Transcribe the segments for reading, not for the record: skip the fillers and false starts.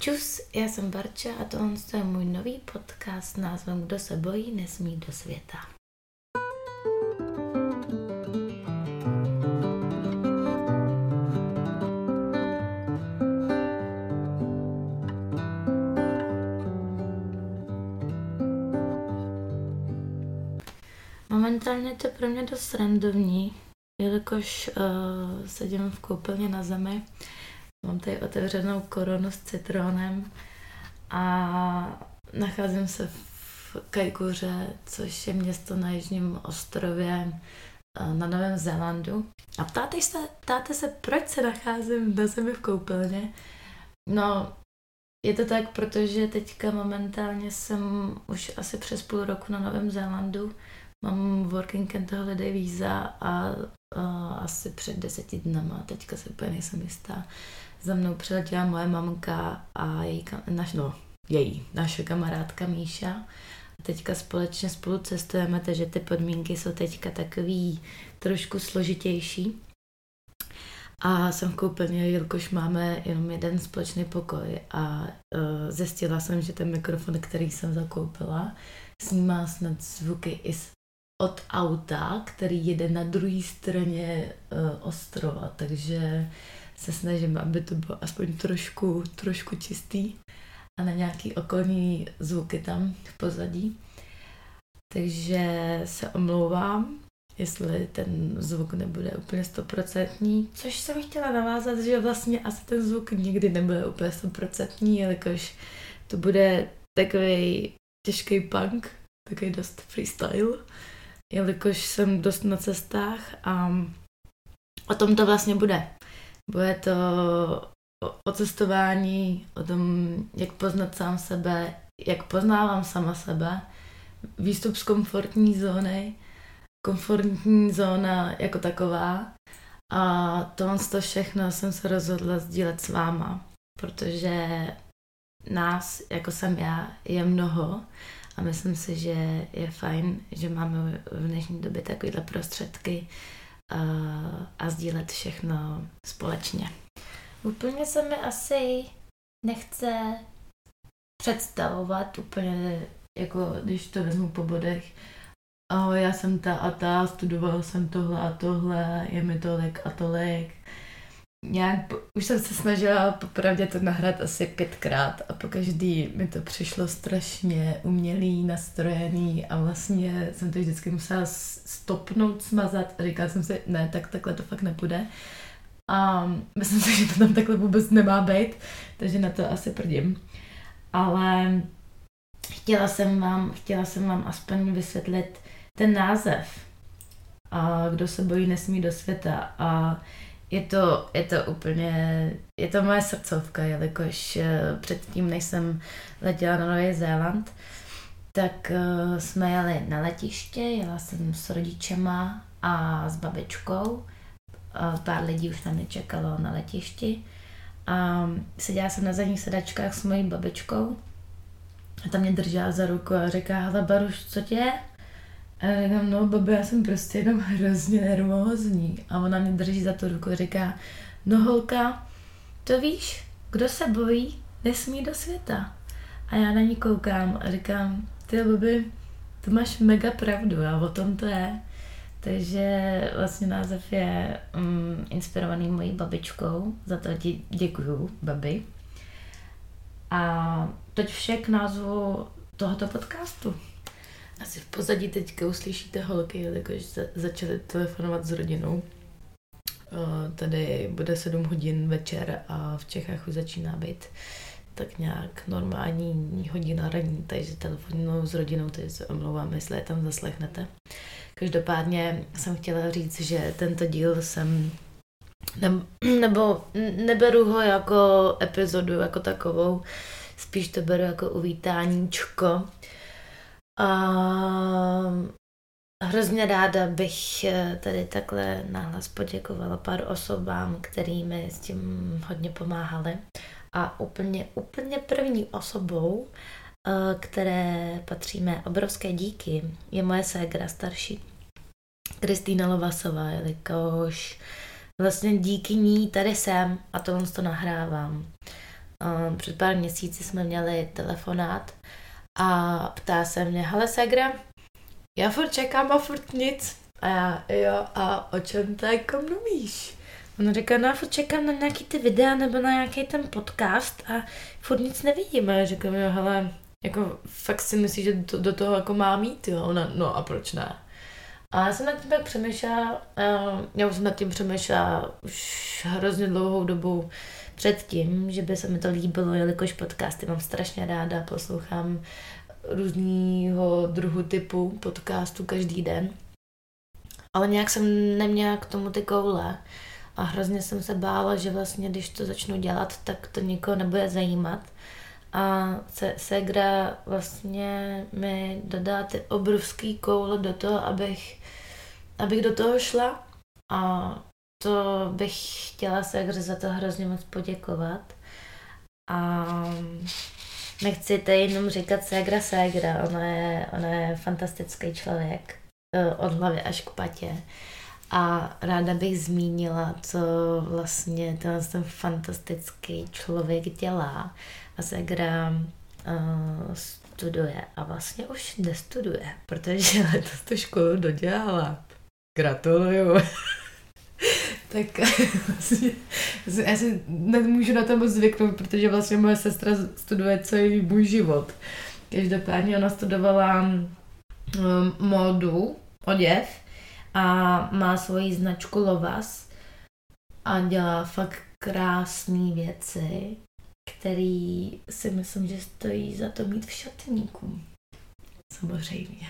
Čus, já jsem Barča a tohle je můj nový podcast s názvem Kdo se bojí, nesmí do světa. Momentálně je to pro mě dost randovní, jelikož sedím v koupelně na zemi. Mám tady otevřenou koronu s citronem a nacházím se v Kaikoure, což je město na jižním ostrově na Novém Zélandu. A ptáte se, proč se nacházím na zemi v koupelně? No, je to tak, protože teďka momentálně jsem už asi přes půl roku na Novém Zélandu. Mám working and holiday víza a asi před 10 dnama, teďka se úplně nejsem jistá, za mnou přiletěla moje mamka a naše kamarádka Míša. A teďka společně spolu cestujeme, takže ty podmínky jsou teďka takový trošku složitější. A jsem v koupelně, jelikož máme jenom jeden společný pokoj a zjistila jsem, že ten mikrofon, který jsem zakoupila, snímá snad zvuky i od auta, který jede na druhé straně ostrova, takže se snažím, aby to bylo aspoň trošku čistý a na nějaký okolní zvuky tam v pozadí. Takže se omlouvám, jestli ten zvuk nebude úplně 100%, což jsem chtěla navázat, že vlastně asi ten zvuk nikdy nebude úplně 100%, jelikož to bude takový těžký punk, takový dost freestyle, jelikož jsem dost na cestách a o tom to vlastně bude. Bude to o cestování, o tom, jak poznat sám sebe, jak poznávám sama sebe, výstup z komfortní zóny, komfortní zóna jako taková a to všechno jsem se rozhodla sdílet s váma, protože nás, jako jsem já, je mnoho a myslím si, že je fajn, že máme v dnešní době takovéhle prostředky a sdílet všechno společně. Úplně se mi asi nechce představovat úplně, jako když to vezmu po bodech. Ahoj, já jsem ta a ta, studovala jsem tohle a tohle, je mi tolik a tolik. Už jsem se snažila popravdě to nahrát asi 5krát a pokaždý mi to přišlo strašně umělý, nastrojený a vlastně jsem to vždycky musela stopnout, smazat a říkala jsem si, ne, tak takhle to fakt nepůjde. A myslím si, že to tam takhle vůbec nemá být, takže na to asi prdím. Ale chtěla jsem vám aspoň vysvětlit ten název. A kdo se bojí, nesmí do světa. A je to úplně, je to moje srdcovka, jelikož předtím, než jsem letěla na Nový Zéland, tak jsme jeli na letiště, jela jsem s rodičema a s babičkou. Pár lidí už na mě čekalo na letišti a seděla jsem na zadních sedačkách s mojí babičkou a tam mě držela za ruku a říká, hele Baruš, co tě je? A já říkám, no babi, já jsem prostě jenom hrozně nervózní. A ona mě drží za tu ruku a říká, no holka, to víš, kdo se bojí, nesmí do světa. A já na ní koukám a říkám, ty babi, to máš mega pravdu a o tom to je. Takže vlastně název je inspirovaný mojí babičkou, za to děkuju, babi. A teď vše k názvu tohoto podcastu. Asi v pozadí teďka uslyšíte holky, jelikož začaly telefonovat s rodinou. Tady bude 7 hodin večer a v Čechách už začíná být tak nějak normální hodina ranní, takže telefonuju s rodinou, takže se omlouvám, jestli je tam zaslechnete. Každopádně jsem chtěla říct, že tento díl jsem neberu ho jako epizodu jako takovou, spíš to beru jako uvítáníčko. A hrozně ráda bych tady takhle nahlas poděkovala pár osobám, který mi s tím hodně pomáhali. A úplně první osobou, které patří mé obrovské díky, je moje ségra starší, Kristýna Lovasová, jelikož vlastně díky ní tady jsem a tohle to nahrávám. před pár měsíci jsme měli telefonát a ptá se mě, hele Segra, já furt čekám a furt nic. A já, jo, a o čem to jako mluvíš? Ona říká, no já furt čekám na nějaký ty videa nebo na nějaký ten podcast a furt nic nevidíme. Já říkám, jo, hele, jako fakt si myslíš, že do toho jako má mít, jo? Ona, no a proč ne? A já jsem nad tím tak přemýšlela, já už jsem nad tím přemýšlela už hrozně dlouhou dobu předtím, že by se mi to líbilo, jelikož podcasty mám strašně ráda, poslouchám různýho druhu typu podcastu každý den. Ale nějak jsem neměla k tomu ty koule a hrozně jsem se bála, že vlastně když to začnu dělat, tak to nikoho nebude zajímat. A Segra vlastně mi dodala ty obrovský koule do toho, abych do toho šla. A to bych chtěla Segře za to hrozně moc poděkovat. A nechci tady jenom říkat Segra, ona je fantastický člověk od hlavy až k patě. A ráda bych zmínila, co vlastně ten fantastický člověk dělá. A Segra studuje a vlastně už nestuduje, protože letos tu školu dodělala. Gratuluju. Tak vlastně, já si nemůžu na to moc zvyknout, protože vlastně moje sestra studuje celý můj život. Každopádně ona studovala módu, oděv a má svoji značku Lovas a dělá fakt krásné věci, který si myslím, že stojí za to mít v šatníku. Samozřejmě.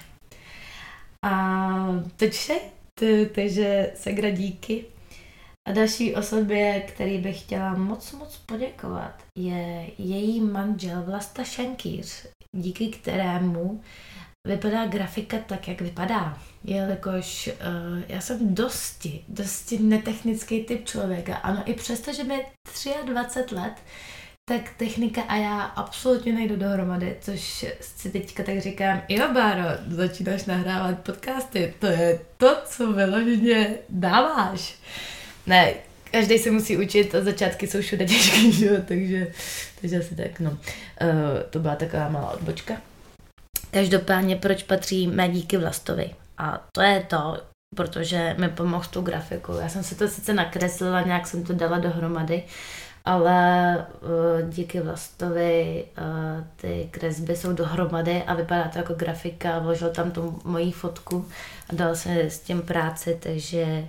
A teď vše, takže Segra díky. A další osobě, který bych chtěla moc poděkovat, je její manžel Vlasta Šankýř, díky kterému vypadá grafika tak, jak vypadá. Jelikož já jsem dosti netechnický typ člověka. Ano, i přesto, že mi je 23 let, tak technika a já absolutně nejdu dohromady, což si teďka tak říkám, jo Báro, začínáš nahrávat podcasty, to je to, co vyloženě dáváš. Ne, každý se musí učit a začátky jsou všude těžký, že jo, takže asi tak, no. To byla taková malá odbočka. Každopádně, proč patří mé díky Vlastovi? A to je to, protože mi pomohl s tou grafikou. Já jsem si to sice nakreslila, nějak jsem to dala dohromady, ale díky Vlastovi ty kresby jsou dohromady a vypadá to jako grafika. Vložil tam tu moji fotku a dal se s tím práci, takže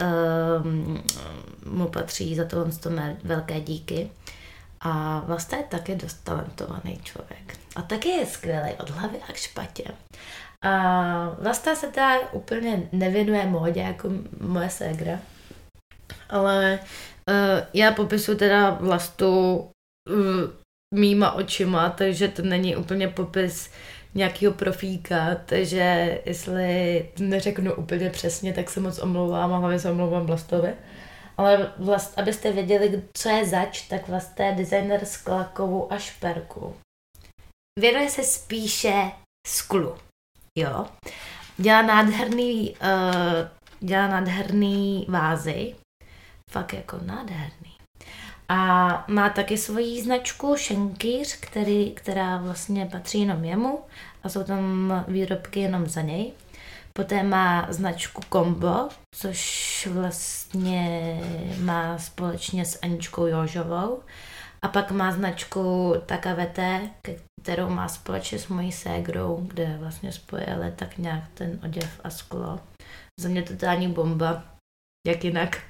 mu patří za to mé velké díky. A vlastně je taky dost talentovaný člověk. A taky je skvělý od hlavy až k patě. A Vlasta se teda úplně nevěnuje módě jako moje ségra. Ale já popisuju teda Vlastu mýma očima, takže to není úplně popis nějakého profíka, takže jestli neřeknu úplně přesně, tak se moc omlouvám a hlavně se omlouvám Vlastovi. Ale abyste věděli, co je zač, tak vlastně je designer skla, kovu a šperku. Věnuje se spíše sklu, jo. Dělá nádherný vázy, fakt jako nádherný. A má taky svoji značku Šankýř, která vlastně patří jenom jemu a jsou tam výrobky jenom za něj. Poté má značku Combo, což vlastně má společně s Aničkou Jožovou. A pak má značku Takavete, kterou má společně s mojí ségrou, kde vlastně spojili tak nějak ten oděv a sklo. Za mě totální bomba, jak jinak.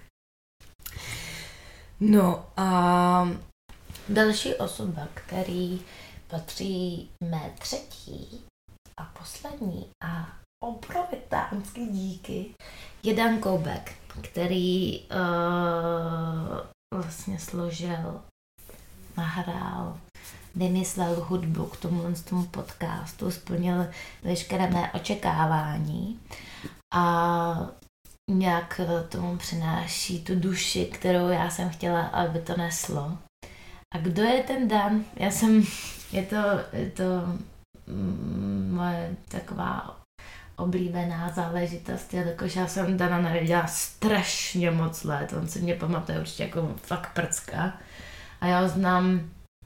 No a další osoba, který patří mé třetí a poslední a obrovitánský díky, je Dan Koubek, který vlastně složil, nahrál, vymyslel hudbu k tomu podcastu, splnil veškeré mé očekávání a nějak tomu přináší tu duši, kterou já jsem chtěla, aby to neslo. A kdo je ten Dan? Je to moje taková oblíbená záležitost, jakož já jsem Dana neviděla strašně moc let, on si mě pamatuje určitě jako fakt prcka. A já ho znám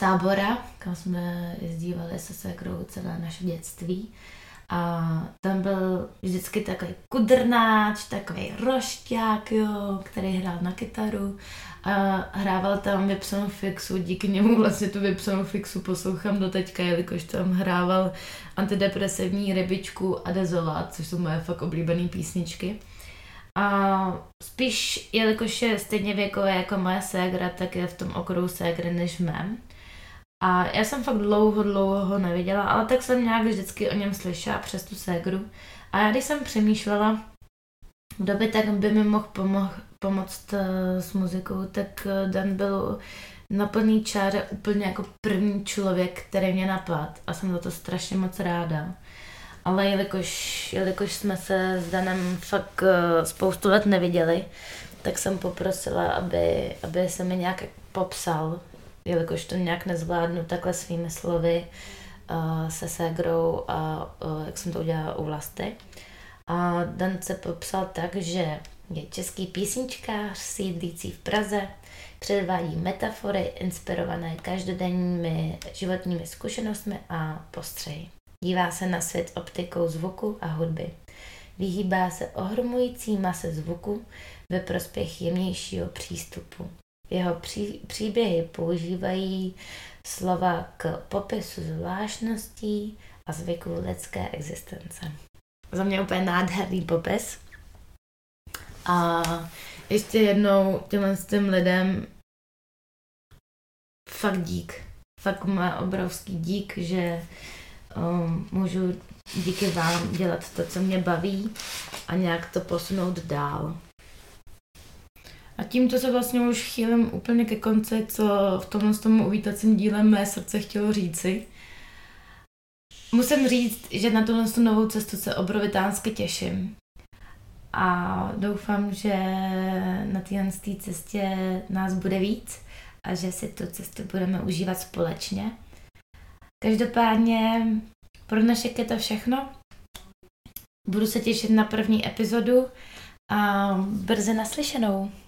tábora, kam jsme jezdívali se ségrou celé naše dětství. A tam byl vždycky takový kudrnáč, takový rošťák, jo, který hrál na kytaru a hrával tam Vypsanou fixu, díky němu vlastně tu Vypsanou fixu poslouchám do teďka, jelikož tam hrával antidepresivní Rybičku a Dezolát, což jsou moje fakt oblíbené písničky. A spíš, jelikož je stejně věkové jako moje ségra, tak je v tom okruhu ségry než v mém. A já jsem fakt dlouho ho neviděla, ale tak jsem nějak vždycky o něm slyšela přes tu ségru. A já když jsem přemýšlela, kdo by tak by mi mohl pomoct s muzikou, tak Dan byl na plný čáře úplně jako první člověk, který mě napadl. A jsem za to strašně moc ráda. Ale jelikož jsme se s Danem fakt spoustu let neviděli, tak jsem poprosila, aby se mi nějak popsal, jelikož to nějak nezvládnu takhle svými slovy se ségrou a jak jsem to udělala u Vlasty. A Dan se popsal tak, že je český písničkář sídlící v Praze, předvádí metafory inspirované každodenními životními zkušenostmi a postřehy. Dívá se na svět optikou zvuku a hudby. Vyhýbá se ohromující mase zvuku ve prospěch jemnějšího přístupu. Jeho příběhy používají slova k popisu zvláštností a zvyků lidské existence. Za mě úplně nádherný popis. A ještě jednou těm lidem fakt dík. Fakt má obrovský dík, že můžu díky vám dělat to, co mě baví a nějak to posunout dál. A tímto se vlastně už chýlím úplně ke konci, co v tomhle tomu uvítacím díle mé srdce chtělo říci. Musím říct, že na tuhle novou cestu se obrovitánsky těším. A doufám, že na téhle cestě nás bude víc a že si tu cestu budeme užívat společně. Každopádně pro dnešek je to všechno. Budu se těšit na první epizodu a brzy naslyšenou.